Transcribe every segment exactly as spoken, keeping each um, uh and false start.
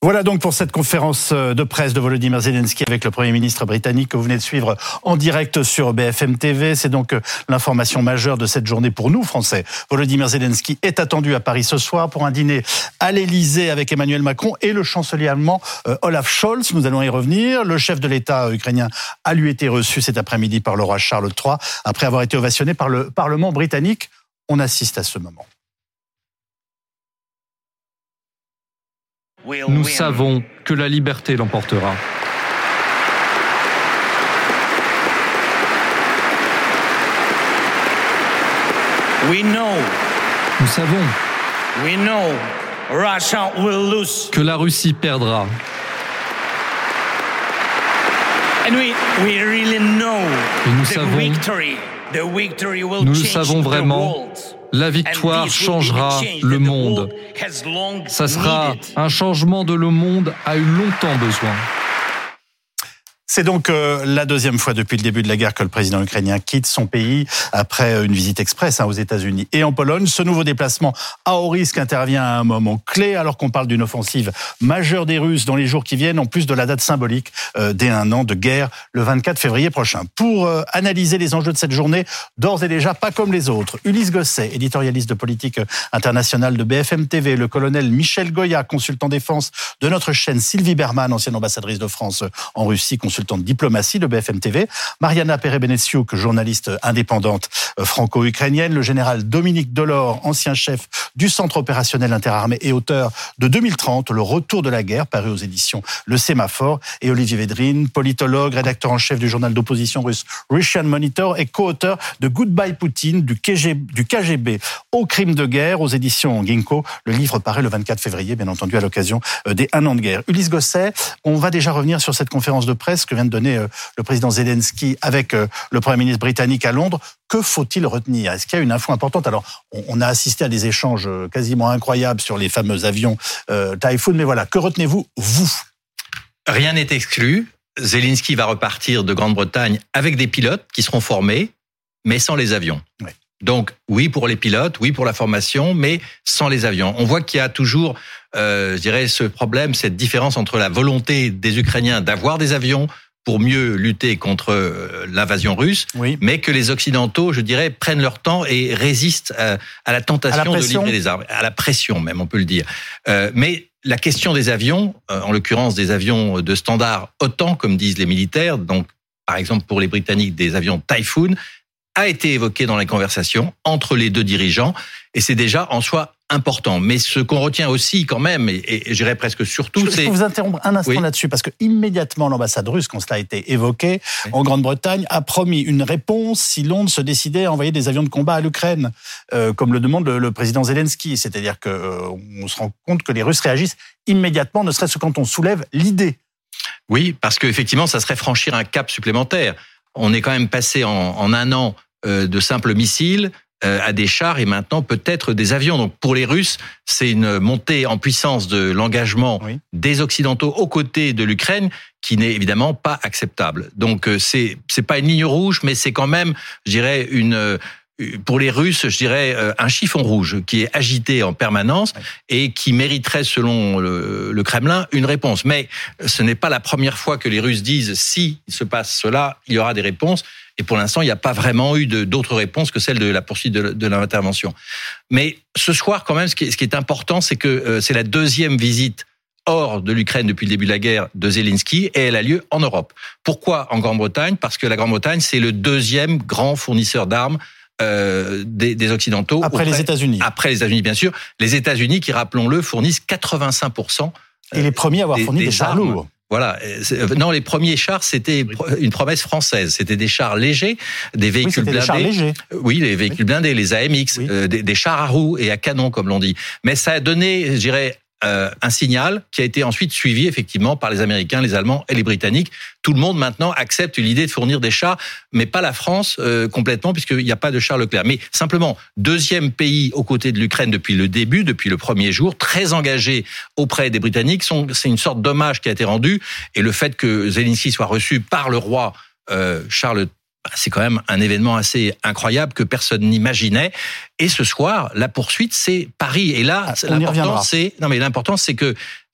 Voilà donc pour cette conférence de presse de Volodymyr Zelensky avec le Premier ministre britannique que vous venez de suivre en direct sur B F M T V. C'est donc l'information majeure de cette journée pour nous, Français. Volodymyr Zelensky est attendu à Paris ce soir pour un dîner à l'Élysée avec Emmanuel Macron et le chancelier allemand Olaf Scholz. Nous allons y revenir. Le chef de l'État ukrainien a lui été reçu cet après-midi par le roi Charles trois après avoir été ovationné par le Parlement britannique. On assiste à ce moment. Nous savons que la liberté l'emportera. Nous savons que la Russie perdra. Et nous savons, nous le savons vraiment, la victoire changera le monde. Ça sera un changement dont le monde a eu longtemps besoin. C'est donc euh, la deuxième fois depuis le début de la guerre que le président ukrainien quitte son pays après une visite express hein, aux États-Unis et en Pologne. Ce nouveau déplacement à haut risque intervient à un moment clé alors qu'on parle d'une offensive majeure des Russes dans les jours qui viennent, en plus de la date symbolique euh, dès un an de guerre, le vingt-quatre février prochain. Pour euh, analyser les enjeux de cette journée, d'ores et déjà pas comme les autres, Ulysse Gosset, éditorialiste de politique internationale de B F M T V, le colonel Michel Goya, consultant défense de notre chaîne, Sylvie Berman, ancienne ambassadrice de France en Russie, consultant de diplomatie de B F M T V, Mariana Perebenesiuk, journaliste indépendante franco-ukrainienne, le général Dominique Delors, ancien chef du Centre opérationnel interarmé et auteur de deux mille trente, Le retour de la guerre, paru aux éditions Le Sémaphore, et Olivier Védrine, politologue, rédacteur en chef du journal d'opposition russe Russian Monitor et co-auteur de Goodbye Poutine, du K G B, du K G B au crime de guerre, aux éditions Ginkgo. Le livre paraît le vingt-quatre février, bien entendu, à l'occasion des un an de guerre. Ulysse Gosset, on va déjà revenir sur cette conférence de presse que vient de donner le président Zelensky avec le Premier ministre britannique à Londres. Que faut-il retenir? Est-ce qu'il y a une info importante? Alors, on a assisté à des échanges quasiment incroyables sur les fameux avions euh, Typhoon, mais voilà, que retenez-vous, vous? Rien n'est exclu. Zelensky va repartir de Grande-Bretagne avec des pilotes qui seront formés, mais sans les avions. Oui. Donc, oui pour les pilotes, oui pour la formation, mais sans les avions. On voit qu'il y a toujours, euh, je dirais, ce problème, cette différence entre la volonté des Ukrainiens d'avoir des avions pour mieux lutter contre l'invasion russe, oui. mais que les Occidentaux, je dirais, prennent leur temps et résistent à, à la tentation à la de livrer des armes, à la pression même, on peut le dire. Euh, mais la question des avions, en l'occurrence des avions de standard OTAN, comme disent les militaires, donc par exemple pour les Britanniques des avions Typhoon, a été évoquée dans les conversations entre les deux dirigeants, et c'est déjà en soi important. Mais ce qu'on retient aussi quand même, et, et je dirais presque surtout, je, c'est... Je peux vous interrompre un instant oui. là-dessus, parce que immédiatement l'ambassade russe, quand cela a été évoqué oui. en Grande-Bretagne, a promis une réponse si Londres se décidait à envoyer des avions de combat à l'Ukraine, euh, comme le demande le, le président Zelensky. C'est-à-dire qu'on euh, se rend compte que les Russes réagissent immédiatement, ne serait-ce que quand on soulève l'idée. Oui, parce qu'effectivement, ça serait franchir un cap supplémentaire. On est quand même passé en, en un an euh, de simples missiles à des chars et maintenant peut-être des avions. Donc pour les Russes, c'est une montée en puissance de l'engagement oui. des Occidentaux aux côtés de l'Ukraine qui n'est évidemment pas acceptable. Donc c'est c'est pas une ligne rouge, mais c'est quand même, je dirais, une pour les Russes, je dirais, un chiffon rouge qui est agité en permanence oui. et qui mériterait, selon le, le Kremlin, une réponse. Mais ce n'est pas la première fois que les Russes disent si il se passe cela, il y aura des réponses. Et pour l'instant, il n'y a pas vraiment eu de, d'autres réponses que celle de la poursuite de, de l'intervention. Mais ce soir, quand même, ce qui est, ce qui est important, c'est que euh, c'est la deuxième visite hors de l'Ukraine depuis le début de la guerre de Zelensky, et elle a lieu en Europe. Pourquoi en Grande-Bretagne? Parce que la Grande-Bretagne, c'est le deuxième grand fournisseur d'armes euh, des, des Occidentaux. Après auprès, les États-Unis. Après les États-Unis, bien sûr. Les États-Unis, qui, rappelons-le, fournissent quatre-vingt-cinq pour cent et les premiers à avoir fourni des, des chars lourds. Voilà. Non, les premiers chars, c'était une promesse française. C'était des chars légers, des véhicules oui, blindés. Des chars légers. Oui, les véhicules oui. blindés, les A M X, oui. euh, des, des chars à roues et à canon, comme l'on dit. Mais ça a donné, je dirais, euh, un signal qui a été ensuite suivi, effectivement, par les Américains, les Allemands et les Britanniques. Tout le monde, maintenant, accepte l'idée de fournir des chars, mais pas la France euh, complètement, puisqu'il n'y a pas de chars Leclerc. Mais simplement, deuxième pays aux côtés de l'Ukraine depuis le début, depuis le premier jour, très engagé auprès des Britanniques. Sont, c'est une sorte d'hommage qui a été rendu. Et le fait que Zelensky soit reçu par le roi euh, Charles, c'est quand même un événement assez incroyable que personne n'imaginait. Et ce soir, la poursuite, c'est Paris. Et là, ah, l'important, c'est non mais l'important, c'est que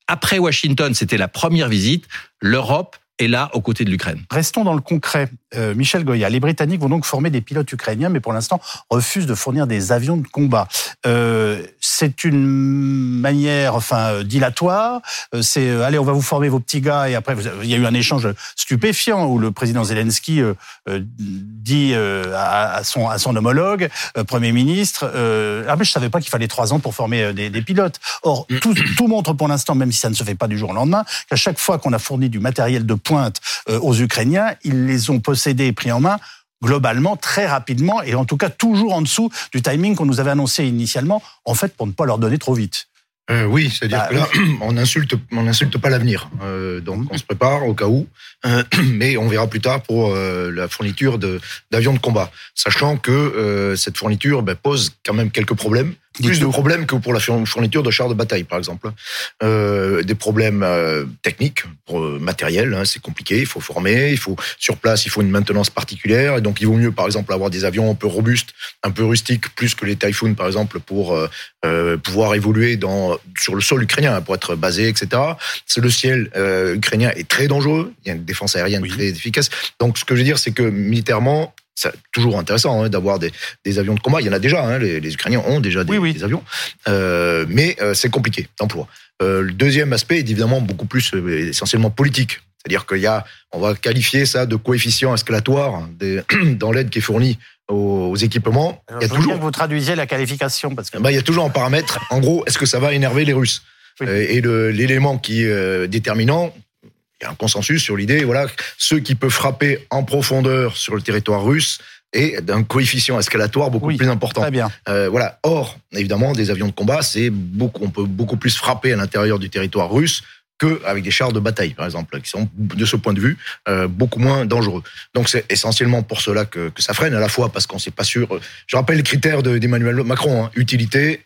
après Washington, c'était la première visite, l'Europe est là aux côtés de l'Ukraine. Restons dans le concret. Euh, Michel Goya, les Britanniques vont donc former des pilotes ukrainiens, mais pour l'instant refusent de fournir des avions de combat. Euh, c'est une manière, enfin, dilatoire. C'est, euh, allez, on va vous former vos petits gars, et après, vous, il y a eu un échange stupéfiant où le président Zelensky euh, euh, dit euh, à, à, son, à son homologue, euh, Premier ministre, euh, ah mais je savais pas qu'il fallait trois ans pour former des, des pilotes. Or, tout, tout montre pour l'instant, même si ça ne se fait pas du jour au lendemain, qu'à chaque fois qu'on a fourni du matériel de pointe euh, aux Ukrainiens, ils les ont possédés et pris en main globalement, très rapidement, et en tout cas toujours en dessous du timing qu'on nous avait annoncé initialement, en fait, pour ne pas leur donner trop vite. Euh, oui, c'est-à-dire bah, que là, on n'insulte on n'insulte pas l'avenir. Euh, donc, on se prépare au cas où, euh, mais on verra plus tard pour euh, la fourniture de, d'avions de combat. Sachant que euh, cette fourniture ben, pose quand même quelques problèmes. Plus de problèmes que pour la fourniture de chars de bataille, par exemple. Euh, des problèmes euh, techniques, euh, matériels, hein, c'est compliqué, il faut former, il faut sur place, il faut une maintenance particulière, et donc il vaut mieux, par exemple, avoir des avions un peu robustes, un peu rustiques, plus que les Typhoon, par exemple, pour euh, euh, pouvoir évoluer dans sur le sol ukrainien, pour être basé, et cetera. C'est le ciel euh, ukrainien est très dangereux, il y a une défense aérienne oui. très efficace. Donc, ce que je veux dire, c'est que militairement, c'est toujours intéressant hein, d'avoir des, des avions de combat. Il y en a déjà, hein, les, les Ukrainiens ont déjà des, oui, oui. des avions, euh, mais euh, c'est compliqué d'emploi. Euh, le deuxième aspect est évidemment beaucoup plus euh, essentiellement politique. C'est-à-dire qu'il y a, on va qualifier ça de coefficient escalatoire des, dans l'aide qui est fournie aux, aux équipements. Alors, il y a toujours que vous traduisiez la qualification parce que bah, il y a toujours un paramètre. En gros, est-ce que ça va énerver les Russes oui. euh, Et le, l'élément qui est euh, déterminant. Il y a un consensus sur l'idée, voilà, ceux qui peuvent frapper en profondeur sur le territoire russe et d'un coefficient escalatoire beaucoup oui, plus important. Très bien. Euh, voilà. Or, évidemment, des avions de combat, c'est beaucoup, on peut beaucoup plus frapper à l'intérieur du territoire russe qu'avec des chars de bataille, par exemple, qui sont, de ce point de vue, euh, beaucoup moins dangereux. Donc, c'est essentiellement pour cela que, que ça freine, à la fois parce qu'on ne sait pas sûr. Je rappelle les critères de, d'Emmanuel Macron, hein, utilité,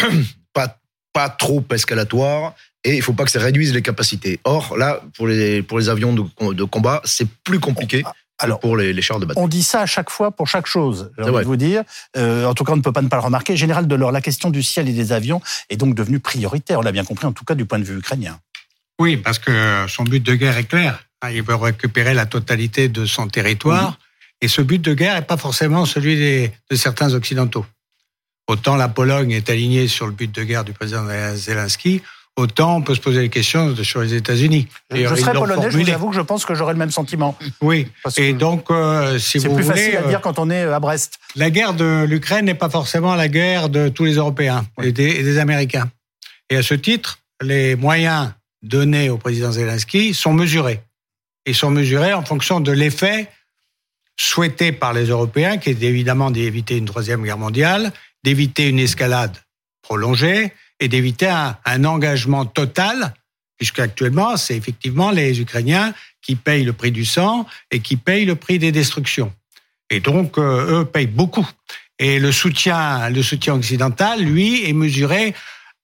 pas, pas trop escalatoire, et il ne faut pas que ça réduise les capacités. Or, là, pour les, pour les avions de, de combat, c'est plus compliqué. Alors, pour les, les chars de bataille. On dit ça à chaque fois pour chaque chose, j'ai envie de vous dire. Euh, en tout cas, on ne peut pas ne pas le remarquer. Général Delors, la question du ciel et des avions est donc devenue prioritaire. On l'a bien compris, en tout cas du point de vue ukrainien. Oui, parce que son but de guerre est clair. Il veut récupérer la totalité de son territoire. Mmh. Et ce but de guerre n'est pas forcément celui des, de certains Occidentaux. Autant la Pologne est alignée sur le but de guerre du président Zelensky, autant on peut se poser des questions sur les États-Unis. Et je serais polonais, formulé. Je vous avoue que je pense que j'aurais le même sentiment. Oui, et donc, euh, si vous voulez... C'est plus facile à dire quand on est à Brest. La guerre de l'Ukraine n'est pas forcément la guerre de tous les Européens oui. et, des, et des Américains. Et à ce titre, les moyens donnés au président Zelensky sont mesurés. Ils sont mesurés en fonction de l'effet souhaité par les Européens, qui est évidemment d'éviter une troisième guerre mondiale, d'éviter une escalade prolongée, et d'éviter un, un engagement total, puisque actuellement, c'est effectivement les Ukrainiens qui payent le prix du sang et qui payent le prix des destructions. Et donc, euh, eux payent beaucoup. Et le soutien, le soutien occidental, lui, est mesuré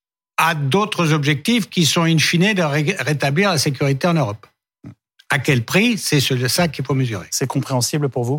à d'autres objectifs qui sont in fine de ré- rétablir la sécurité en Europe. À quel prix ? C'est ça qu'il faut mesurer. C'est compréhensible pour vous ?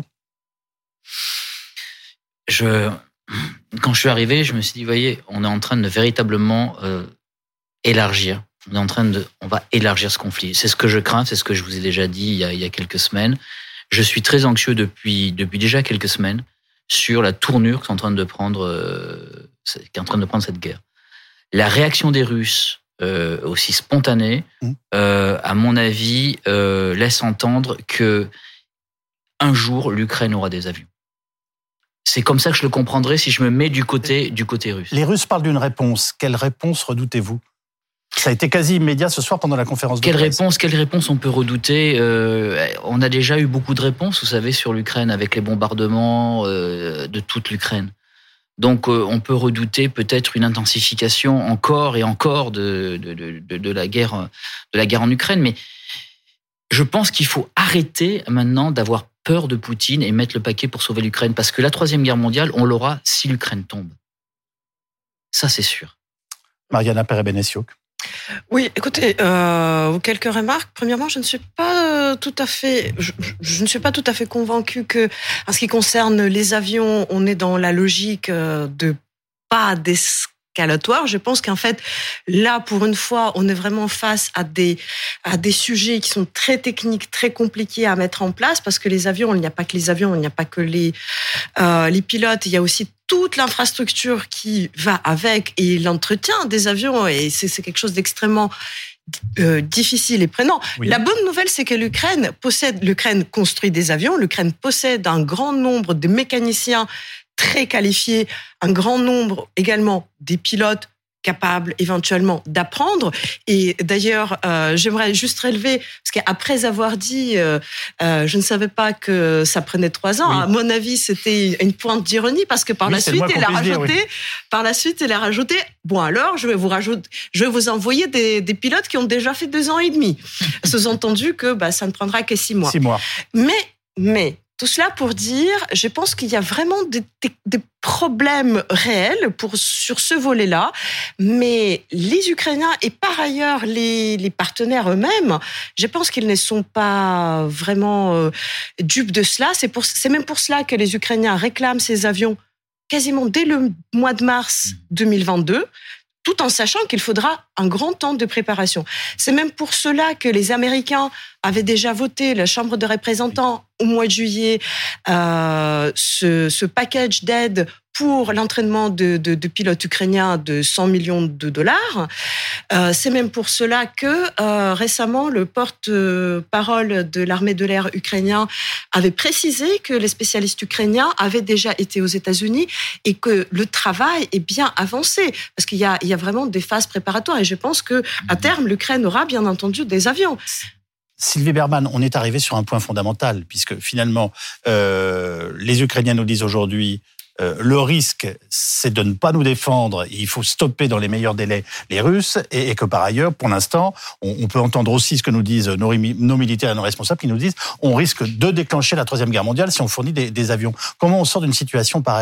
Je... Quand je suis arrivé, je me suis dit, voyez, on est en train de véritablement euh, élargir. On est en train de, on va élargir ce conflit. C'est ce que je crains, c'est ce que je vous ai déjà dit il y a, il y a quelques semaines. Je suis très anxieux depuis depuis déjà quelques semaines sur la tournure qu'est en train de prendre, euh, qu'est en train de prendre cette guerre. La réaction des Russes, euh, aussi spontanée, euh, à mon avis, euh, laisse entendre que un jour l'Ukraine aura des avions. C'est comme ça que je le comprendrai si je me mets du côté, du côté russe. Les Russes parlent d'une réponse. Quelle réponse redoutez-vous ? Ça a été quasi immédiat ce soir pendant la conférence de quelle presse. Réponse, quelle réponse on peut redouter ? euh, On a déjà eu beaucoup de réponses, vous savez, sur l'Ukraine, avec les bombardements euh, de toute l'Ukraine. Donc euh, on peut redouter peut-être une intensification encore et encore de, de, de, de, la guerre, de la guerre en Ukraine. Mais je pense qu'il faut arrêter maintenant d'avoir peur de Poutine et mettre le paquet pour sauver l'Ukraine. Parce que la troisième guerre mondiale, on l'aura si l'Ukraine tombe. Ça, c'est sûr. Mariana Perez-Benessiok. Oui, écoutez, euh, quelques remarques. Premièrement, je ne suis pas tout à fait, je, je ne suis pas tout à fait convaincue que, en ce qui concerne les avions, on est dans la logique de pas d'escalade escalatoire. Je pense qu'en fait, là, pour une fois, on est vraiment face à des, à des sujets qui sont très techniques, très compliqués à mettre en place, parce que les avions, il n'y a pas que les avions, il n'y a pas que les, euh, les pilotes, il y a aussi toute l'infrastructure qui va avec et l'entretien des avions, et c'est, c'est quelque chose d'extrêmement Euh, difficile et prenant. Oui. La bonne nouvelle, c'est que l'Ukraine possède, l'Ukraine construit des avions, l'Ukraine possède un grand nombre de mécaniciens très qualifiés, un grand nombre également des pilotes capables éventuellement d'apprendre. Et d'ailleurs, euh, j'aimerais juste relever, parce qu'après avoir dit, euh, euh, je ne savais pas que ça prenait trois ans, oui. À mon avis, c'était une pointe d'ironie, parce que par oui, la suite, il a rajouté, dire, oui. par la suite, il a rajouté, bon alors, je vais vous rajouter, je vais vous envoyer des, des pilotes qui ont déjà fait deux ans et demi. Sous-entendu que bah, ça ne prendra que six mois. Six mois. Mais, mais, tout cela pour dire, je pense qu'il y a vraiment des, des, des problèmes réels pour, sur ce volet-là, mais les Ukrainiens et par ailleurs les, les partenaires eux-mêmes, je pense qu'ils ne sont pas vraiment euh, dupes de cela. C'est, pour, c'est même pour cela que les Ukrainiens réclament ces avions quasiment dès le mois de mars deux mille vingt-deux, tout en sachant qu'il faudra un grand temps de préparation. C'est même pour cela que les Américains avaient déjà voté, la Chambre des représentants, au mois de juillet, euh, ce, ce package d'aide pour l'entraînement de, de, de pilotes ukrainiens de cent millions de dollars. Euh, c'est même pour cela que euh, récemment, le porte-parole de l'armée de l'air ukrainien avait précisé que les spécialistes ukrainiens avaient déjà été aux États-Unis et que le travail est bien avancé, parce qu'il y a, il y a vraiment des phases préparatoires. Et je pense que à terme, l'Ukraine aura bien entendu des avions. Sylvie Bermann, on est arrivé sur un point fondamental, puisque finalement, euh, les Ukrainiens nous disent aujourd'hui, euh, le risque, c'est de ne pas nous défendre, il faut stopper dans les meilleurs délais les Russes, et, et que par ailleurs, pour l'instant, on, on peut entendre aussi ce que nous disent nos, nos militaires et nos responsables, qui nous disent, on risque de déclencher la Troisième Guerre mondiale si on fournit des, des avions. Comment on sort d'une situation pareille ?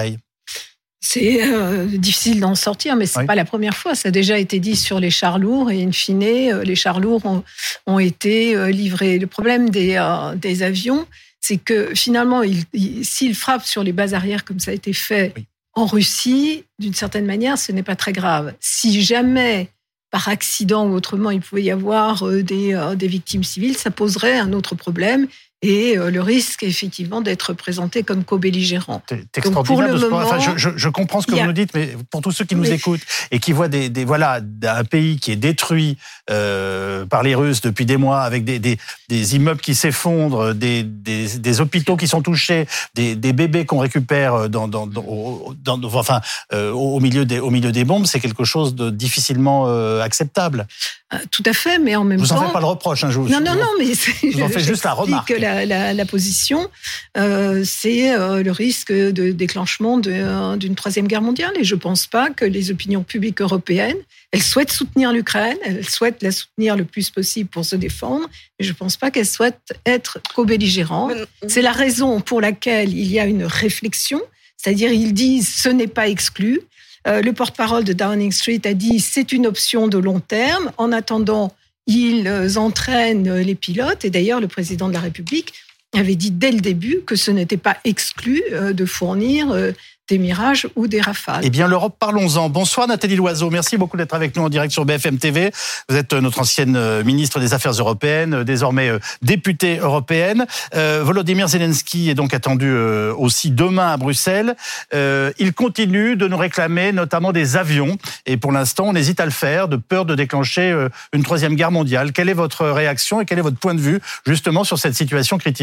C'est euh, difficile d'en sortir, mais c'est oui. pas la première fois. Ça a déjà été dit sur les chars lourds, et in fine, euh, les chars lourds ont, ont été euh, livrés. Le problème des, euh, des avions, c'est que finalement, ils, ils, s'ils frappent sur les bases arrières comme ça a été fait oui. en Russie, d'une certaine manière, ce n'est pas très grave. Si jamais, par accident ou autrement, il pouvait y avoir euh, des, euh, des victimes civiles, ça poserait un autre problème. Et le risque, effectivement, d'être présenté comme co-belligérant. C'est extraordinaire de ce moment, enfin, je, je, je comprends ce que a... vous nous dites, mais pour tous ceux qui nous mais... écoutent et qui voient des, des, voilà, un pays qui est détruit euh, par les Russes depuis des mois, avec des, des, des immeubles qui s'effondrent, des, des, des hôpitaux qui sont touchés, des, des bébés qu'on récupère dans, dans, dans, dans, enfin, euh, au, milieu des, au milieu des bombes, c'est quelque chose de difficilement euh, acceptable. Euh, tout à fait, mais en même vous temps... Vous en faites pas le reproche, hein, je vous... Non, non, non, mais... C'est... Je vous en fais juste la remarque. La, la, la position, euh, c'est euh, le risque de déclenchement de, euh, d'une troisième guerre mondiale. Et je ne pense pas que les opinions publiques européennes, elles souhaitent soutenir l'Ukraine, elles souhaitent la soutenir le plus possible pour se défendre, mais je ne pense pas qu'elles souhaitent être co-belligérantes. C'est la raison pour laquelle il y a une réflexion, c'est-à-dire ils disent ce n'est pas exclu. Euh, le porte-parole de Downing Street a dit c'est une option de long terme. En attendant, ils entraînent les pilotes. Et d'ailleurs, le président de la République avait dit dès le début que ce n'était pas exclu de fournir des Mirages ou des Rafales. Eh bien, l'Europe, parlons-en. Bonsoir Nathalie Loiseau, merci beaucoup d'être avec nous en direct sur B F M T V. Vous êtes notre ancienne ministre des Affaires européennes, désormais députée européenne. Euh, Volodymyr Zelensky est donc attendu euh, aussi demain à Bruxelles. Euh, il continue de nous réclamer notamment des avions, et pour l'instant, on hésite à le faire, de peur de déclencher euh, une troisième guerre mondiale. Quelle est votre réaction et quel est votre point de vue justement sur cette situation critique ?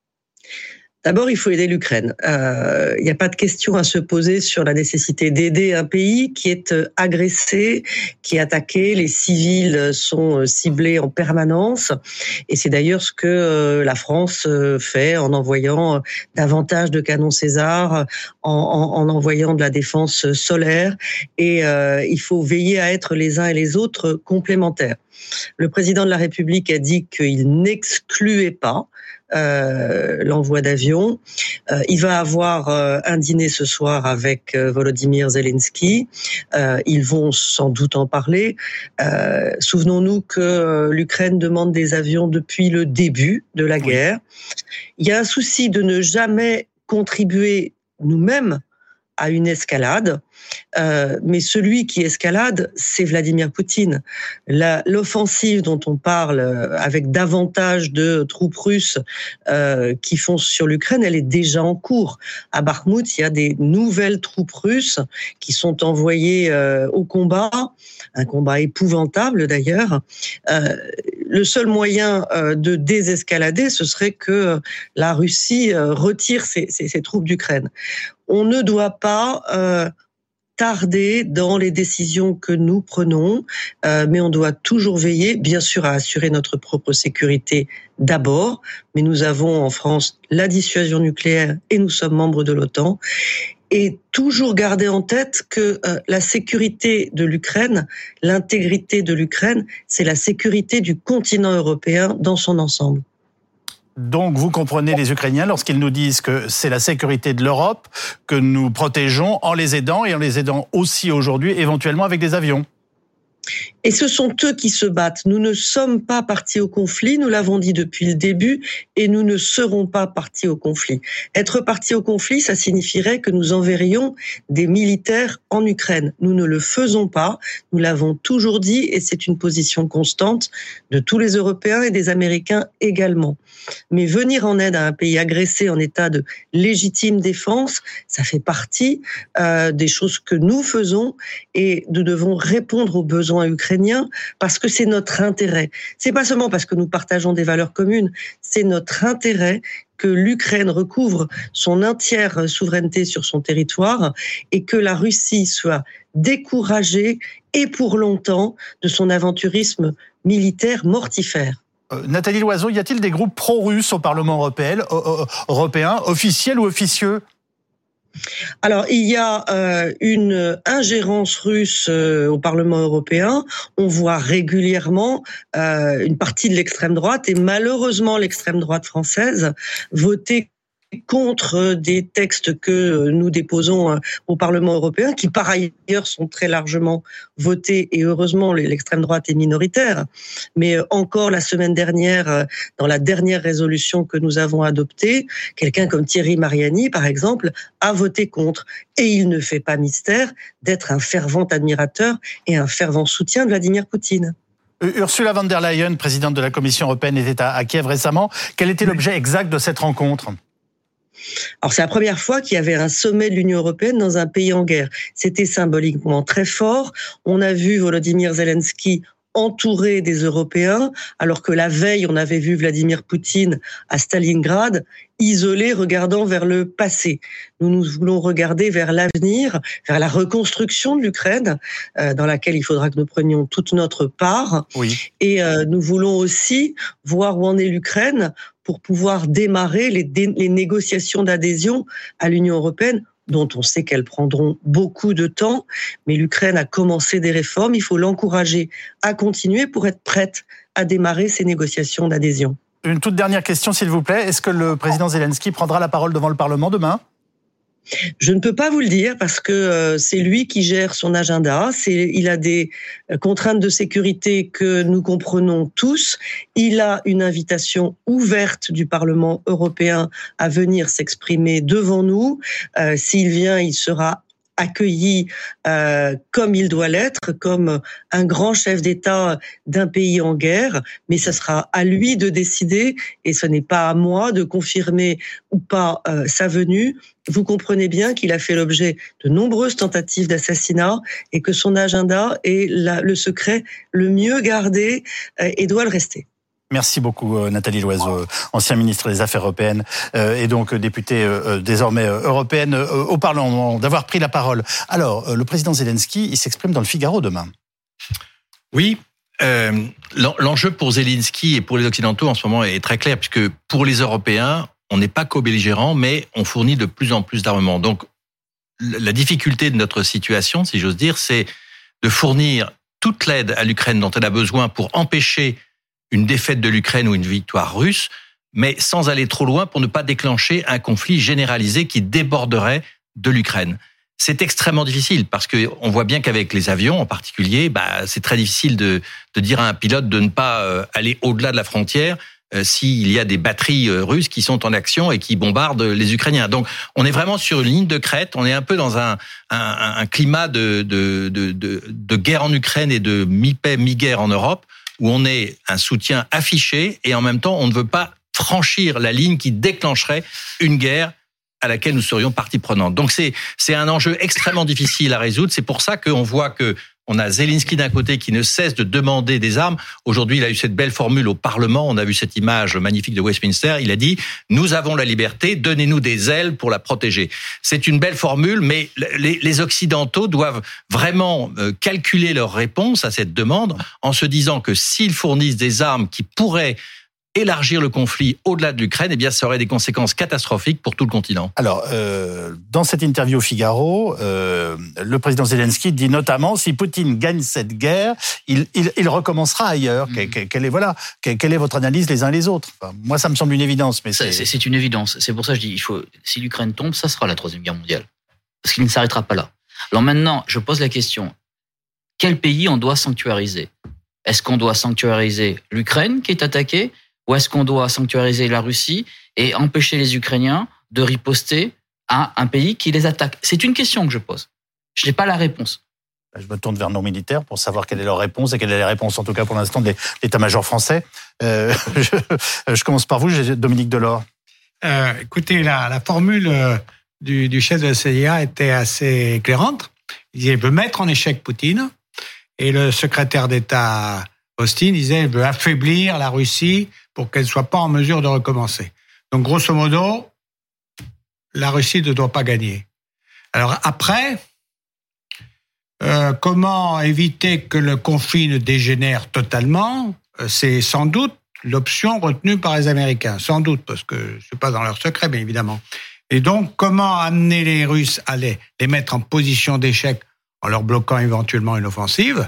D'abord, il faut aider l'Ukraine. Il euh, n'y a pas de question à se poser sur la nécessité d'aider un pays qui est agressé, qui est attaqué. Les civils sont ciblés en permanence. Et c'est d'ailleurs ce que la France fait en envoyant davantage de canons César, en, en, en envoyant de la défense solaire. Et euh, il faut veiller à être les uns et les autres complémentaires. Le président de la République a dit qu'il n'excluait pas Euh, l'envoi d'avions. Euh, il va avoir euh, un dîner ce soir avec euh, Volodymyr Zelensky. Euh, ils vont sans doute en parler. Euh, souvenons-nous que euh, l'Ukraine demande des avions depuis le début de la guerre. Il y a un souci de ne jamais contribuer nous-mêmes à une escalade. Euh, mais celui qui escalade, c'est Vladimir Poutine. La, l'offensive dont on parle avec davantage de troupes russes euh, qui foncent sur l'Ukraine, elle est déjà en cours. À Bakhmout, il y a des nouvelles troupes russes qui sont envoyées euh, au combat, un combat épouvantable d'ailleurs. Euh, le seul moyen euh, de désescalader, ce serait que la Russie euh, retire ses, ses, ses troupes d'Ukraine. On ne doit pas euh, tarder dans les décisions que nous prenons, euh, mais on doit toujours veiller, bien sûr, à assurer notre propre sécurité d'abord, mais nous avons en France la dissuasion nucléaire et nous sommes membres de l'OTAN, et toujours garder en tête que euh, la sécurité de l'Ukraine, l'intégrité de l'Ukraine, c'est la sécurité du continent européen dans son ensemble. Donc, vous comprenez les Ukrainiens lorsqu'ils nous disent que c'est la sécurité de l'Europe que nous protégeons en les aidant et en les aidant aussi aujourd'hui, éventuellement avec des avions. Et ce sont eux qui se battent. Nous ne sommes pas partis au conflit, nous l'avons dit depuis le début, et nous ne serons pas partis au conflit. Être partis au conflit, ça signifierait que nous enverrions des militaires en Ukraine. Nous ne le faisons pas, nous l'avons toujours dit, et c'est une position constante de tous les Européens et des Américains également. Mais venir en aide à un pays agressé en état de légitime défense, ça fait partie euh, des choses que nous faisons, et nous devons répondre aux besoins ukrainiens parce que c'est notre intérêt. C'est pas seulement parce que nous partageons des valeurs communes, c'est notre intérêt que l'Ukraine recouvre son entière souveraineté sur son territoire et que la Russie soit découragée et pour longtemps de son aventurisme militaire mortifère. Euh, Nathalie Loiseau, y a-t-il des groupes pro-russes au Parlement européen, euh, européen, officiels ou officieux ? Alors, il y a euh, une ingérence russe euh, au Parlement européen. On voit régulièrement euh, une partie de l'extrême droite et malheureusement l'extrême droite française voter contre des textes que nous déposons au Parlement européen, qui par ailleurs sont très largement votés, et heureusement l'extrême droite est minoritaire. Mais encore la semaine dernière, dans la dernière résolution que nous avons adoptée, quelqu'un comme Thierry Mariani, par exemple, a voté contre. Et il ne fait pas mystère d'être un fervent admirateur et un fervent soutien de Vladimir Poutine. Ursula von der Leyen, présidente de la Commission européenne, était à Kiev récemment. Quel était l'objet exact de cette rencontre ? Alors c'est la première fois qu'il y avait un sommet de l'Union européenne dans un pays en guerre. C'était symboliquement très fort. On a vu Volodymyr Zelensky entouré des Européens, alors que la veille, on avait vu Vladimir Poutine à Stalingrad, isolé, regardant vers le passé. Nous, nous voulons regarder vers l'avenir, vers la reconstruction de l'Ukraine, euh, dans laquelle il faudra que nous prenions toute notre part. Oui. Et euh, nous voulons aussi voir où en est l'Ukraine pour pouvoir démarrer les, dé- les négociations d'adhésion à l'Union européenne, dont on sait qu'elles prendront beaucoup de temps, mais l'Ukraine a commencé des réformes, il faut l'encourager à continuer pour être prête à démarrer ces négociations d'adhésion. Une toute dernière question, s'il vous plaît. Est-ce que le président Zelensky prendra la parole devant le Parlement demain ? Je ne peux pas vous le dire parce que euh, c'est lui qui gère son agenda. C'est, il a des contraintes de sécurité que nous comprenons tous. Il a une invitation ouverte du Parlement européen à venir s'exprimer devant nous. Euh, s'il vient, il sera accueilli euh, comme il doit l'être, comme un grand chef d'État d'un pays en guerre, mais ce sera à lui de décider et ce n'est pas à moi de confirmer ou pas euh, sa venue. Vous comprenez bien qu'il a fait l'objet de nombreuses tentatives d'assassinat et que son agenda est la, le secret le mieux gardé euh, et doit le rester. Merci beaucoup Nathalie Loiseau, ancien ministre des Affaires européennes euh, et donc députée euh, désormais européenne euh, au Parlement, d'avoir pris la parole. Alors, euh, le président Zelensky, il s'exprime dans le Figaro demain. Oui, euh, l'enjeu pour Zelensky et pour les Occidentaux en ce moment est très clair, puisque pour les Européens, on n'est pas co-belligérants, mais on fournit de plus en plus d'armements. Donc, la difficulté de notre situation, si j'ose dire, c'est de fournir toute l'aide à l'Ukraine dont elle a besoin pour empêcher une défaite de l'Ukraine ou une victoire russe, mais sans aller trop loin pour ne pas déclencher un conflit généralisé qui déborderait de l'Ukraine. C'est extrêmement difficile parce que on voit bien qu'avec les avions en particulier, bah, c'est très difficile de, de dire à un pilote de ne pas aller au-delà de la frontière euh, s'il y a des batteries euh, russes qui sont en action et qui bombardent les Ukrainiens. Donc, on est vraiment sur une ligne de crête. On est un peu dans un, un, un climat de, de, de, de, de guerre en Ukraine et de mi-paix, mi-guerre en Europe, où on est un soutien affiché et en même temps, on ne veut pas franchir la ligne qui déclencherait une guerre à laquelle nous serions partie prenante. Donc c'est c'est un enjeu extrêmement difficile à résoudre. C'est pour ça qu'on voit que on a Zelensky d'un côté qui ne cesse de demander des armes. Aujourd'hui, il a eu cette belle formule au Parlement. On a vu cette image magnifique de Westminster. Il a dit « Nous avons la liberté, donnez-nous des ailes pour la protéger ». C'est une belle formule, mais les, les Occidentaux doivent vraiment calculer leur réponse à cette demande en se disant que s'ils fournissent des armes qui pourraient élargir le conflit au-delà de l'Ukraine, eh bien, ça aurait des conséquences catastrophiques pour tout le continent. Alors, euh, dans cette interview au Figaro, euh, le président Zelensky dit notamment si Poutine gagne cette guerre, il, il, il recommencera ailleurs. Mmh. Quelle, quelle est voilà, quelle est votre analyse les uns les autres? Enfin, moi, ça me semble une évidence, mais c'est... c'est c'est une évidence. C'est pour ça que je dis, il faut, si l'Ukraine tombe, ça sera la troisième guerre mondiale, parce qu'il ne s'arrêtera pas là. Alors maintenant, je pose la question quel pays on doit sanctuariser? Est-ce qu'on doit sanctuariser l'Ukraine qui est attaquée? Ou est-ce qu'on doit sanctuariser la Russie et empêcher les Ukrainiens de riposter à un pays qui les attaque? C'est une question que je pose. Je n'ai pas la réponse. Je me tourne vers nos militaires pour savoir quelle est leur réponse et quelle est la réponse, en tout cas pour l'instant, de l'état-major français. Euh, je, je commence par vous, Dominique Delors. Euh, écoutez, la, la formule du, du chef de la C I A était assez éclairante. Il disait, il veut mettre en échec Poutine. Et le secrétaire d'État Austin disait, il veut affaiblir la Russie pour qu'elle ne soit pas en mesure de recommencer. Donc, grosso modo, la Russie ne doit pas gagner. Alors après, euh, comment éviter que le conflit ne dégénère totalement? C'est sans doute l'option retenue par les Américains. Sans doute, parce que je ne suis pas dans leur secret, bien évidemment. Et donc, comment amener les Russes à les, les mettre en position d'échec en leur bloquant éventuellement une offensive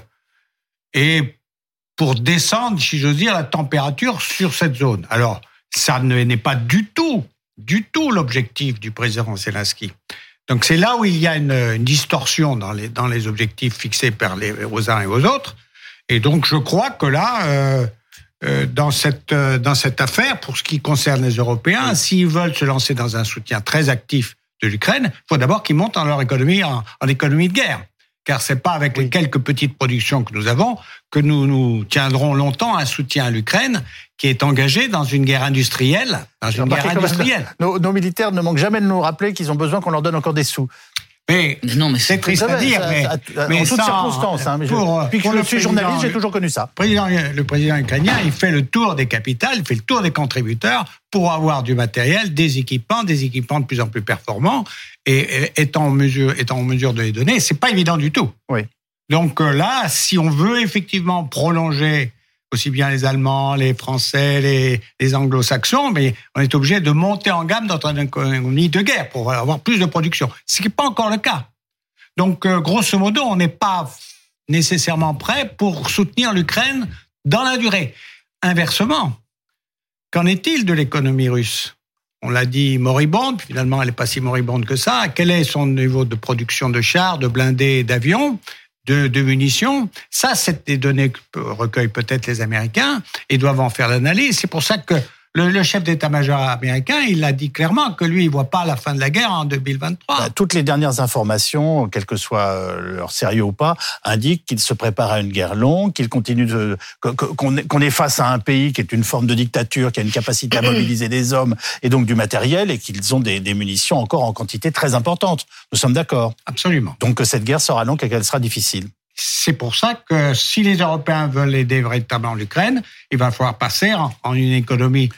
et pour descendre, si j'ose dire, la température sur cette zone. Alors, ça n'est pas du tout, du tout l'objectif du président Zelensky. Donc, c'est là où il y a une, une distorsion dans les, dans les objectifs fixés par les, aux uns et aux autres. Et donc, je crois que là, euh, euh, dans, cette, euh, dans cette affaire, pour ce qui concerne les Européens, s'ils veulent se lancer dans un soutien très actif de l'Ukraine, il faut d'abord qu'ils montent en leur économie, en, en économie de guerre. Car c'est pas avec les quelques petites productions que nous avons que nous nous tiendrons longtemps un soutien à l'Ukraine qui est engagée dans une guerre industrielle. Dans une guerre industrielle. Nos, nos militaires ne manquent jamais de nous rappeler qu'ils ont besoin qu'on leur donne encore des sous. Mais, non, mais c'est triste à dire. Ça, mais, ça, mais en toutes sans, circonstances. Hein, mais pour, je, depuis que je suis journaliste, j'ai toujours connu ça. Président, le président ukrainien, il fait le tour des capitales, il fait le tour des contributeurs pour avoir du matériel, des équipements, des équipements de plus en plus performants, et, et étant, en mesure, étant en mesure de les donner, c'est pas évident du tout. Oui. Donc là, si on veut effectivement prolonger aussi bien les Allemands, les Français, les, les Anglo-Saxons, mais on est obligé de monter en gamme dans une économie de guerre pour avoir plus de production. Ce qui n'est pas encore le cas. Donc, grosso modo, on n'est pas nécessairement prêt pour soutenir l'Ukraine dans la durée. Inversement, qu'en est-il de l'économie russe? On l'a dit moribonde, finalement elle n'est pas si moribonde que ça. Quel est son niveau de production de chars, de blindés, d'avions, de, de munitions? Ça, c'est des données que recueillent peut-être les Américains et doivent en faire l'analyse. C'est pour ça que le, le chef d'état-major américain, il a dit clairement que lui, il ne voit pas la fin de la guerre en deux mille vingt-trois. Bah, toutes les dernières informations, quel que soit leur sérieux ou pas, indiquent qu'il se prépare à une guerre longue, qu'il continue de, qu'on est, qu'on est face à un pays qui est une forme de dictature, qui a une capacité à mobiliser des hommes et donc du matériel, et qu'ils ont des, des munitions encore en quantité très importante. Nous sommes d'accord. Absolument. Donc cette guerre sera longue et qu'elle sera difficile. C'est pour ça que si les Européens veulent aider véritablement l'Ukraine, il va falloir passer en, en une économie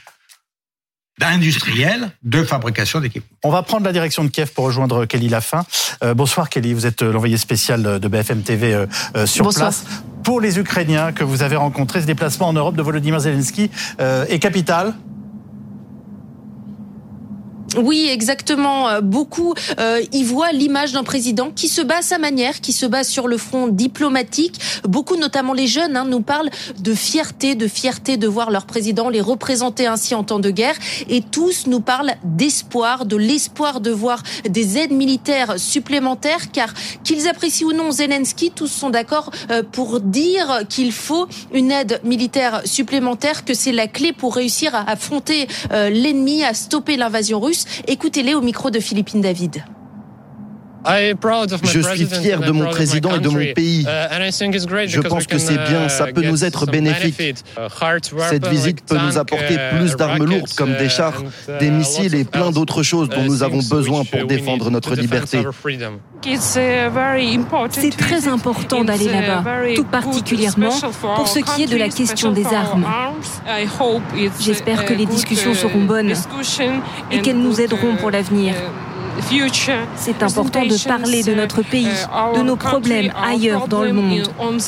industrielle de fabrication d'équipements. On va prendre la direction de Kiev pour rejoindre Kelly Lafin. Euh, bonsoir Kelly, vous êtes l'envoyé spécial de B F M T V euh, sur bonsoir. Place. Pour les Ukrainiens que vous avez rencontrés, ce déplacement en Europe de Volodymyr Zelensky euh, est capital? Oui, exactement. Beaucoup euh, y voient l'image d'un président qui se bat à sa manière, qui se bat sur le front diplomatique. Beaucoup, notamment les jeunes, hein, nous parlent de fierté, de fierté de voir leur président les représenter ainsi en temps de guerre. Et tous nous parlent d'espoir, de l'espoir de voir des aides militaires supplémentaires, car qu'ils apprécient ou non Zelensky, tous sont d'accord euh, pour dire qu'il faut une aide militaire supplémentaire, que c'est la clé pour réussir à affronter euh, l'ennemi, à stopper l'invasion russe. Écoutez-les au micro de Philippine David. Je suis fier de mon président et de mon pays. Je pense que c'est bien, ça peut nous être bénéfique. Cette visite peut nous apporter plus d'armes lourdes comme des chars, des missiles et plein d'autres choses dont nous avons besoin pour défendre notre liberté. C'est très important d'aller là-bas, tout particulièrement pour ce qui est de la question des armes. J'espère que les discussions seront bonnes et qu'elles nous aideront pour l'avenir. C'est important de parler de notre pays, de nos problèmes ailleurs dans le monde.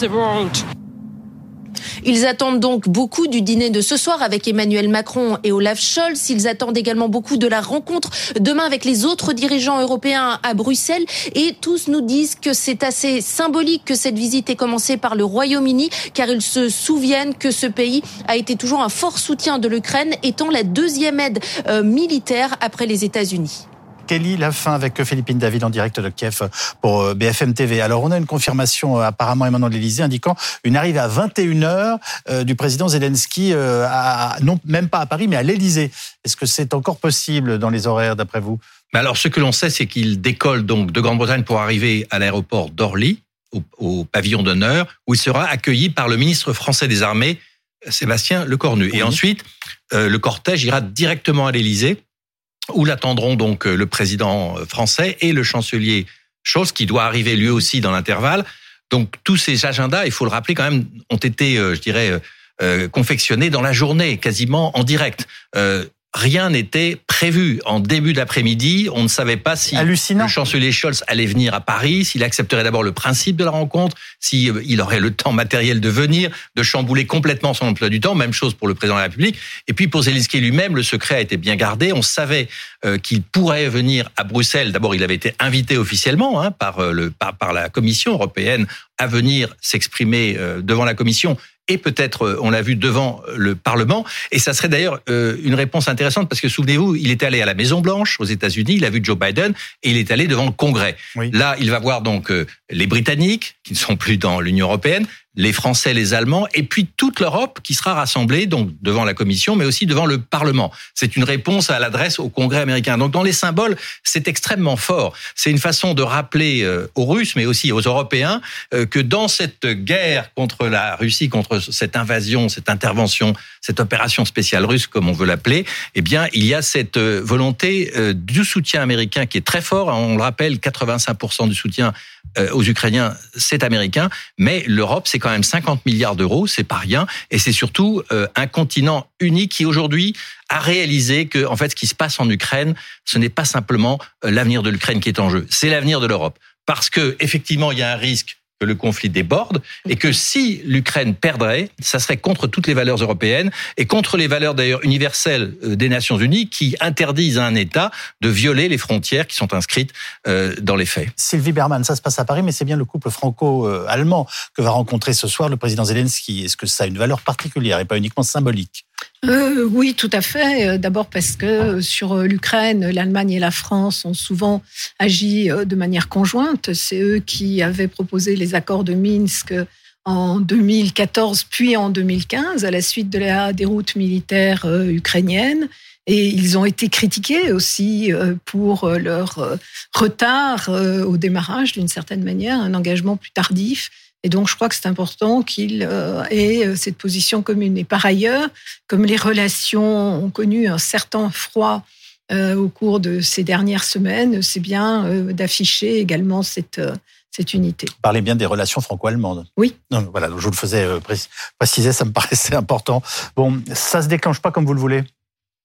Ils attendent donc beaucoup du dîner de ce soir avec Emmanuel Macron et Olaf Scholz. Ils attendent également beaucoup de la rencontre demain avec les autres dirigeants européens à Bruxelles. Et tous nous disent que c'est assez symbolique que cette visite ait commencé par le Royaume-Uni, car ils se souviennent que ce pays a été toujours un fort soutien de l'Ukraine, étant la deuxième aide euh, militaire après les États-Unis. Kelly, la fin avec Philippine David en direct de Kiev pour B F M T V. Alors, on a une confirmation apparemment émanant de l'Élysée indiquant une arrivée à vingt et une heures du président Zelensky, à, non même pas à Paris, mais à l'Élysée. Est-ce que c'est encore possible dans les horaires, d'après vous ? Alors, ce que l'on sait, c'est qu'il décolle donc de Grande-Bretagne pour arriver à l'aéroport d'Orly, au, au pavillon d'honneur, où il sera accueilli par le ministre français des Armées, Sébastien Lecornu. Oui. Et ensuite, euh, le cortège ira directement à l'Élysée, où l'attendront donc le président français et le chancelier Scholz, qui doit arriver lui aussi dans l'intervalle. Donc tous ces agendas, il faut le rappeler quand même, ont été, je dirais, euh, confectionnés dans la journée, quasiment en direct. Euh, Rien n'était prévu. En début d'après-midi, on ne savait pas si Hallucinant. le chancelier Scholz allait venir à Paris, s'il accepterait d'abord le principe de la rencontre, s'il aurait le temps matériel de venir, de chambouler complètement son emploi du temps. Même chose pour le président de la République. Et puis pour Zelensky lui-même, le secret a été bien gardé. On savait euh, qu'il pourrait venir à Bruxelles. D'abord, il avait été invité officiellement hein, par, le, par, par la Commission européenne à venir s'exprimer euh, devant la Commission. Et peut-être, on l'a vu, devant le Parlement. Et ça serait d'ailleurs une réponse intéressante parce que, souvenez-vous, il est allé à la Maison-Blanche aux États-Unis, il a vu Joe Biden et il est allé devant le Congrès. Oui. Là, il va voir donc les Britanniques, qui ne sont plus dans l'Union européenne, les Français, les Allemands, et puis toute l'Europe qui sera rassemblée donc devant la Commission, mais aussi devant le Parlement. C'est une réponse à l'adresse au Congrès américain. Donc dans les symboles, c'est extrêmement fort. C'est une façon de rappeler aux Russes, mais aussi aux Européens, que dans cette guerre contre la Russie, contre cette invasion, cette intervention, cette opération spéciale russe, comme on veut l'appeler, eh bien, il y a cette volonté du soutien américain qui est très fort. On le rappelle, quatre-vingt-cinq pour cent du soutien aux Ukrainiens, c'est américain, mais l'Europe, c'est quand même cinquante milliards d'euros, c'est pas rien, et c'est surtout un continent unique qui aujourd'hui a réalisé que, en fait, ce qui se passe en Ukraine, ce n'est pas simplement l'avenir de l'Ukraine qui est en jeu, c'est l'avenir de l'Europe, parce que effectivement, il y a un risque que le conflit déborde et que si l'Ukraine perdrait, ça serait contre toutes les valeurs européennes et contre les valeurs d'ailleurs universelles des Nations Unies qui interdisent à un État de violer les frontières qui sont inscrites dans les faits. Sylvie Bermann, ça se passe à Paris, mais c'est bien le couple franco-allemand que va rencontrer ce soir le président Zelensky. Est-ce que ça a une valeur particulière et pas uniquement symbolique ? Euh, oui, tout à fait. D'abord parce que sur l'Ukraine, l'Allemagne et la France ont souvent agi de manière conjointe. C'est eux qui avaient proposé les accords de Minsk en deux mille quatorze puis en deux mille quinze à la suite de la déroute militaire ukrainienne. Et ils ont été critiqués aussi pour leur retard au démarrage, d'une certaine manière, un engagement plus tardif. Et donc, je crois que c'est important qu'il ait cette position commune. Et par ailleurs, comme les relations ont connu un certain froid au cours de ces dernières semaines, c'est bien d'afficher également cette, cette unité. Vous parlez bien des relations franco-allemandes. Oui. Non, voilà, je vous le faisais préciser, ça me paraissait important. Bon, ça se déclenche pas comme vous le voulez. Pardon ?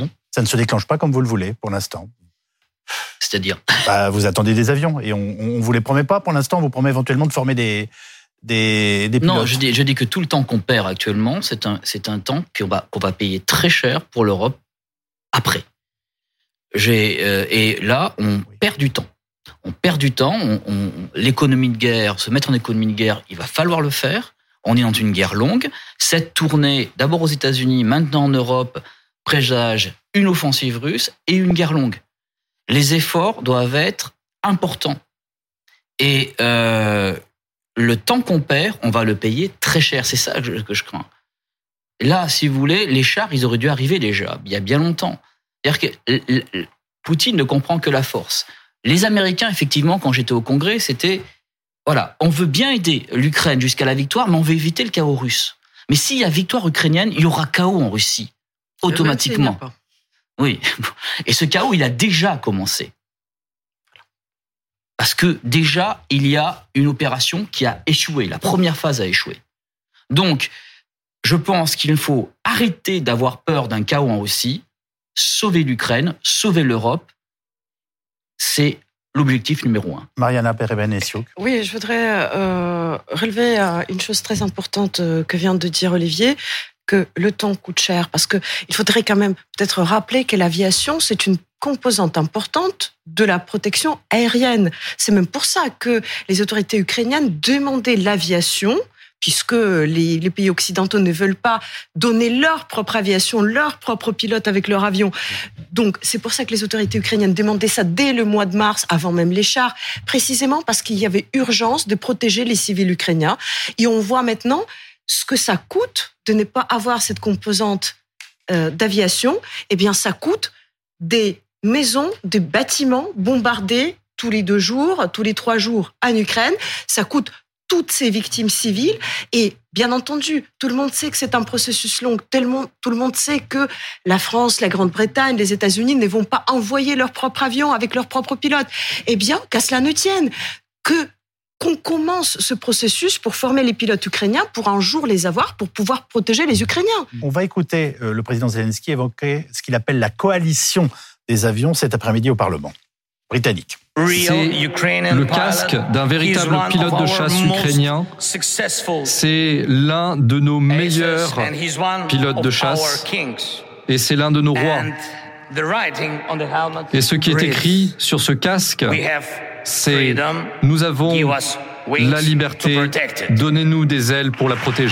Ça ne se déclenche pas comme vous le voulez pour l'instant. C'est-à-dire bah, vous attendez des avions et on ne vous les promet pas pour l'instant. On vous promet éventuellement de former des, des, des pilotes. Non, je dis, je dis que tout le temps qu'on perd actuellement, c'est un, c'est un temps qu'on va, qu'on va payer très cher pour l'Europe après. J'ai, euh, et là, on perd du temps. On perd du temps. On, on, l'économie de guerre, se mettre en économie de guerre, il va falloir le faire. On est dans une guerre longue. Cette tournée, d'abord aux États-Unis, maintenant en Europe, présage une offensive russe et une guerre longue. Les efforts doivent être importants. Et euh, le temps qu'on perd, on va le payer très cher. C'est ça que je, que je crains. Là, si vous voulez, les chars, ils auraient dû arriver déjà, il y a bien longtemps. C'est-à-dire que Poutine ne comprend que la force. Les Américains, effectivement, quand j'étais au Congrès, c'était, voilà, on veut bien aider l'Ukraine jusqu'à la victoire, mais on veut éviter le chaos russe. Mais s'il y a victoire ukrainienne, il y aura chaos en Russie, automatiquement. Oui. Et ce chaos, il a déjà commencé. Parce que déjà, il y a une opération qui a échoué. La première phase a échoué. Donc, je pense qu'il faut arrêter d'avoir peur d'un chaos en Russie, sauver l'Ukraine, sauver l'Europe. C'est l'objectif numéro un. Mariana Perebenesiuk. Oui, je voudrais euh, relever euh, une chose très importante euh, que vient de dire Olivier, que le temps coûte cher, parce que il faudrait quand même peut-être rappeler que l'aviation, c'est une composante importante de la protection aérienne. C'est même pour ça que les autorités ukrainiennes demandaient l'aviation, puisque les, les pays occidentaux ne veulent pas donner leur propre aviation, leur propre pilote avec leur avion. Donc, c'est pour ça que les autorités ukrainiennes demandaient ça dès le mois de mars, avant même les chars, précisément parce qu'il y avait urgence de protéger les civils ukrainiens. Et on voit maintenant ce que ça coûte de ne pas avoir cette composante euh, d'aviation. Eh bien, ça coûte des maisons, des bâtiments bombardés tous les deux jours, tous les trois jours en Ukraine. Ça coûte toutes ces victimes civiles. Et bien entendu, tout le monde sait que c'est un processus long. Tout le monde, tout le monde sait que la France, la Grande-Bretagne, les États-Unis ne vont pas envoyer leur propre avion avec leurs propres pilotes. Eh bien, qu'à cela ne tienne, que qu'on commence ce processus pour former les pilotes ukrainiens, pour un jour les avoir, pour pouvoir protéger les Ukrainiens. On va écouter le président Zelensky évoquer ce qu'il appelle la coalition des avions cet après-midi au Parlement britannique. C'est le casque d'un véritable pilote de chasse ukrainien. C'est l'un de nos meilleurs pilotes de chasse et c'est l'un de nos rois. Et ce qui est écrit sur ce casque, c'est « Nous avons la liberté, donnez-nous des ailes pour la protéger ».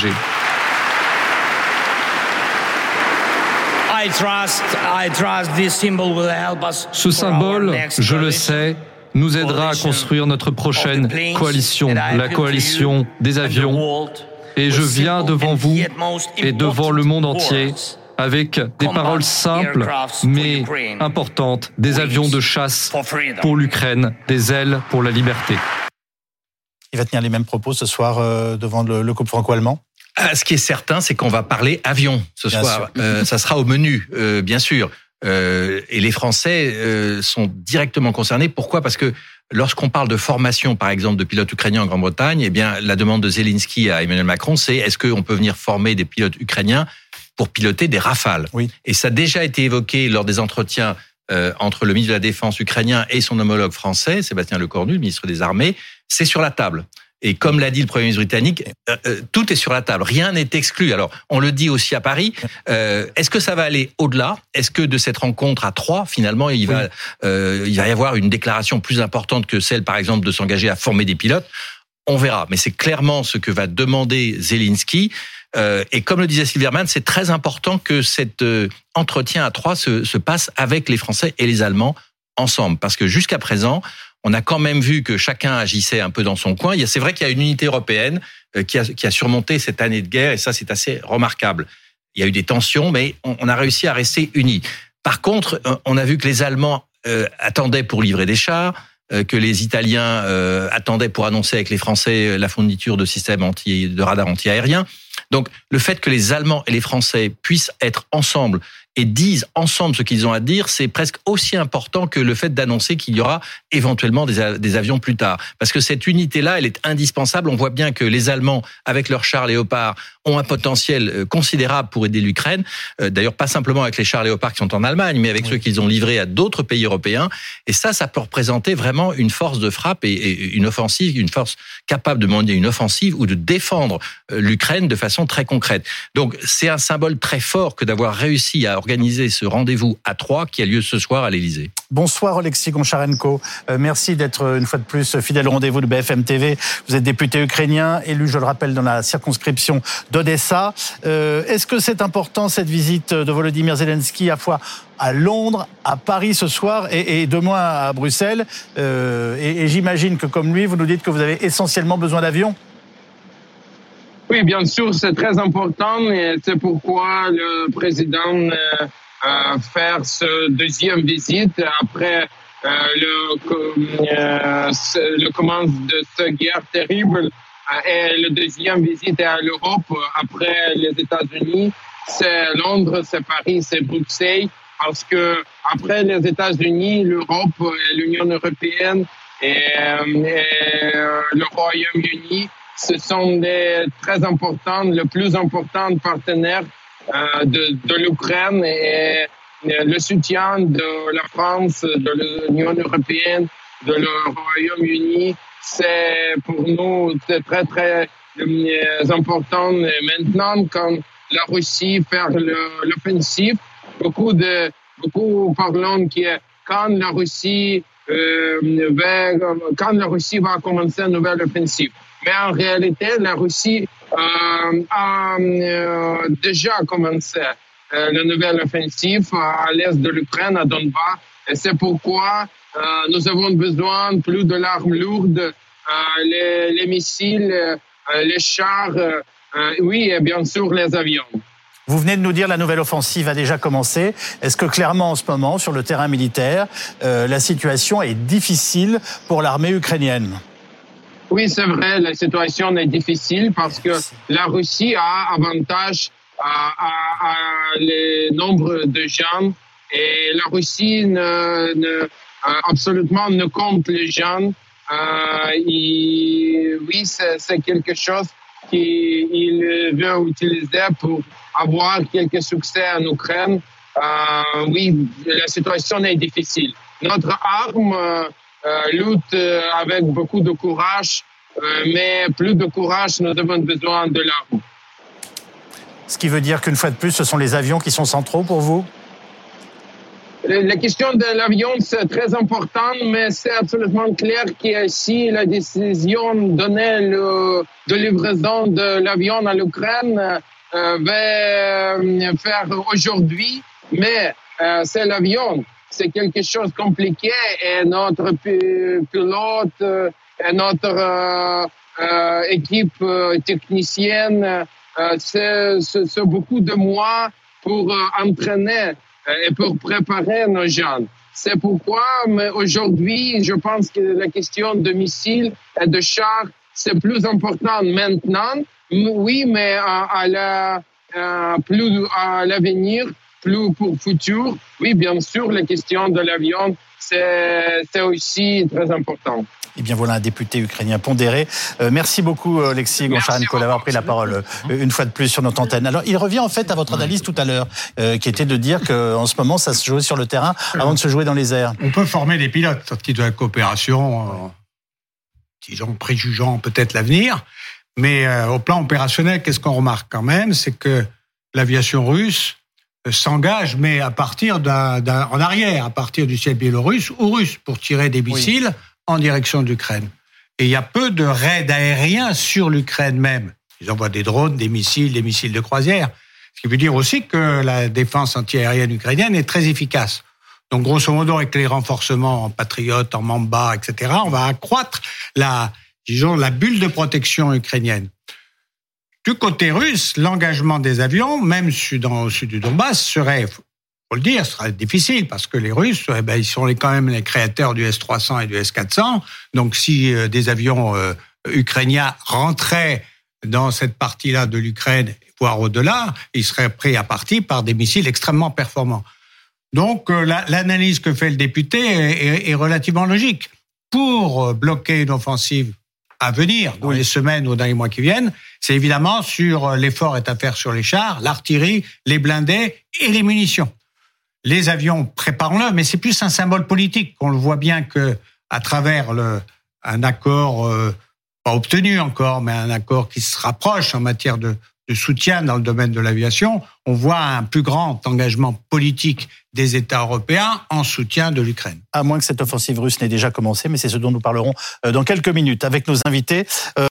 Ce symbole, je le sais, nous aidera à construire notre prochaine coalition, la coalition des avions. Et je viens devant vous et devant le monde entier avec des paroles simples mais importantes, des avions de chasse pour l'Ukraine, des ailes pour la liberté. Il va tenir les mêmes propos ce soir euh, devant le, le couple franco-allemand ? Ah, ce qui est certain, c'est qu'on va parler avion ce bien soir. Euh, ça sera au menu, euh, bien sûr. Euh, et les Français euh, sont directement concernés. Pourquoi ? Parce que lorsqu'on parle de formation, par exemple, de pilotes ukrainiens en Grande-Bretagne, eh bien, la demande de Zelensky à Emmanuel Macron, c'est est-ce qu'on peut venir former des pilotes ukrainiens pour piloter des Rafales ? Oui. Et ça a déjà été évoqué lors des entretiens euh, entre le ministre de la Défense ukrainien et son homologue français, Sébastien Lecornu, le ministre des Armées. C'est sur la table. Et comme l'a dit le Premier ministre britannique, euh, euh, tout est sur la table, rien n'est exclu. Alors, on le dit aussi à Paris. Euh, est-ce que ça va aller au-delà ? Est-ce que de cette rencontre à trois, finalement, il va, oui. euh, il va y avoir une déclaration plus importante que celle, par exemple, de s'engager à former des pilotes ? On verra. Mais c'est clairement ce que va demander Zelensky. Euh, et comme le disait Silverman, c'est très important que cet euh, entretien à trois se, se passe avec les Français et les Allemands ensemble. Parce que jusqu'à présent, on a quand même vu que chacun agissait un peu dans son coin. C'est vrai qu'il y a une unité européenne qui a, qui a surmonté cette année de guerre, et ça, c'est assez remarquable. Il y a eu des tensions, mais on a réussi à rester unis. Par contre, on a vu que les Allemands euh, attendaient pour livrer des chars, euh, que les Italiens euh, attendaient pour annoncer avec les Français la fourniture de systèmes anti, de radars anti-aériens. Donc, le fait que les Allemands et les Français puissent être ensemble et disent ensemble ce qu'ils ont à dire, c'est presque aussi important que le fait d'annoncer qu'il y aura éventuellement des, des avions plus tard. Parce que cette unité-là, elle est indispensable. On voit bien que les Allemands, avec leurs chars Léopard, ont un potentiel considérable pour aider l'Ukraine. D'ailleurs, pas simplement avec les chars Léopard qui sont en Allemagne, mais avec oui. ceux qu'ils ont livrés à d'autres pays européens. Et ça, ça peut représenter vraiment une force de frappe et, et une offensive, une force capable de mener une offensive ou de défendre l'Ukraine de façon très concrète. Donc, c'est un symbole très fort que d'avoir réussi à organiser ce rendez-vous à trois qui a lieu ce soir à l'Élysée. Bonsoir Oleksiy Goncharenko. Euh, merci d'être une fois de plus fidèle au rendez-vous de B F M T V. Vous êtes député ukrainien, élu, je le rappelle, dans la circonscription d'Odessa. Euh, est-ce que c'est important cette visite de Volodymyr Zelensky à la fois à Londres, à Paris ce soir et, et demain à Bruxelles euh, et, et j'imagine que comme lui, vous nous dites que vous avez essentiellement besoin d'avions? Oui, bien sûr, c'est très important et c'est pourquoi le président euh, euh, fait ce deuxième visite après euh, le, euh, le commence de cette guerre terrible euh, et le deuxième visite est à l'Europe après les États-Unis. C'est Londres, c'est Paris, c'est Bruxelles parce que après les États-Unis, l'Europe, et l'Union européenne et, et le Royaume-Uni, ce sont des très importants, le plus important partenaire euh, de, de l'Ukraine et, et le soutien de la France, de l'Union européenne, de le Royaume-Uni, c'est pour nous c'est très très euh, important. Et maintenant, quand la Russie fait le, l'offensive, beaucoup de beaucoup parlent que quand la Russie euh, va, quand la Russie va commencer une nouvelle offensive. Mais en réalité, la Russie euh, a euh, déjà commencé euh, la nouvelle offensive à l'est de l'Ukraine, à Donbass. Et c'est pourquoi euh, nous avons besoin plus de l'arme lourde, euh, les, les missiles, euh, les chars, euh, oui, et bien sûr les avions. Vous venez de nous dire la nouvelle offensive a déjà commencé. Est-ce que clairement en ce moment, sur le terrain militaire, euh, la situation est difficile pour l'armée ukrainienne ? Oui, c'est vrai, la situation est difficile parce que la Russie a avantage à, à, à le nombre de gens et la Russie ne, ne, absolument ne compte les gens. Euh, et, oui, c'est, c'est quelque chose qu'il veut utiliser pour avoir quelques succès en Ukraine. Euh, oui, la situation est difficile. Notre arme euh, lutte avec beaucoup de courage, euh, mais plus de courage, nous avons besoin de l'arme. Ce qui veut dire qu'une fois de plus, ce sont les avions qui sont centraux pour vous ? La question de l'avion, c'est très important, mais c'est absolument clair que si la décision donnée le, de livraison de l'avion à l'Ukraine euh, va faire aujourd'hui, mais euh, c'est l'avion. C'est quelque chose de compliqué et notre pilote et notre euh, euh, équipe technicienne, euh, c'est, c'est, c'est beaucoup de mois pour euh, entraîner et pour préparer nos jeunes. C'est pourquoi mais aujourd'hui, je pense que la question de missiles et de chars, c'est plus important maintenant. Oui, mais à, à, la, à, plus à l'avenir, plus pour le futur, oui, bien sûr, la question de l'avion, c'est, c'est aussi très important. Eh bien voilà un député ukrainien pondéré. Euh, merci beaucoup Oleksiy Goncharenko d'avoir pris la parole euh, une fois de plus sur notre antenne. Alors il revient en fait à votre analyse tout à l'heure, euh, qui était de dire qu'en ce moment ça se jouait sur le terrain avant de se jouer dans les airs. On peut former des pilotes sortis de la coopération, euh, disons préjugeant peut-être l'avenir, mais euh, au plan opérationnel, qu'est-ce qu'on remarque quand même, c'est que l'aviation russe s'engage, mais à partir d'un, d'un, en arrière, à partir du ciel biélorusse ou russe, pour tirer des missiles oui. en direction de l'Ukraine. Et il y a peu de raids aériens sur l'Ukraine même. Ils envoient des drones, des missiles, des missiles de croisière. Ce qui veut dire aussi que la défense antiaérienne ukrainienne est très efficace. Donc, grosso modo, avec les renforcements en Patriot, en Mamba, et cetera, on va accroître la, disons, la bulle de protection ukrainienne. Du côté russe, l'engagement des avions, même dans, au sud du Donbass, serait, faut le dire, serait difficile parce que les Russes, eh ben, ils sont les, quand même les créateurs du S trois cents et du S quatre cents. Donc, si euh, des avions euh, ukrainiens rentraient dans cette partie-là de l'Ukraine, voire au-delà, ils seraient pris à partie par des missiles extrêmement performants. Donc, euh, la, l'analyse que fait le député est, est, est relativement logique. Pour bloquer une offensive à venir, dans oui. les semaines ou dans les mois qui viennent, c'est évidemment sur l'effort est à faire sur les chars, l'artillerie, les blindés et les munitions. Les avions, préparons-le, mais c'est plus un symbole politique. On le voit bien que à travers le, un accord, euh, pas obtenu encore, mais un accord qui se rapproche en matière de, de soutien dans le domaine de l'aviation, on voit un plus grand engagement politique des États européens en soutien de l'Ukraine. À moins que cette offensive russe n'ait déjà commencé, mais c'est ce dont nous parlerons dans quelques minutes avec nos invités.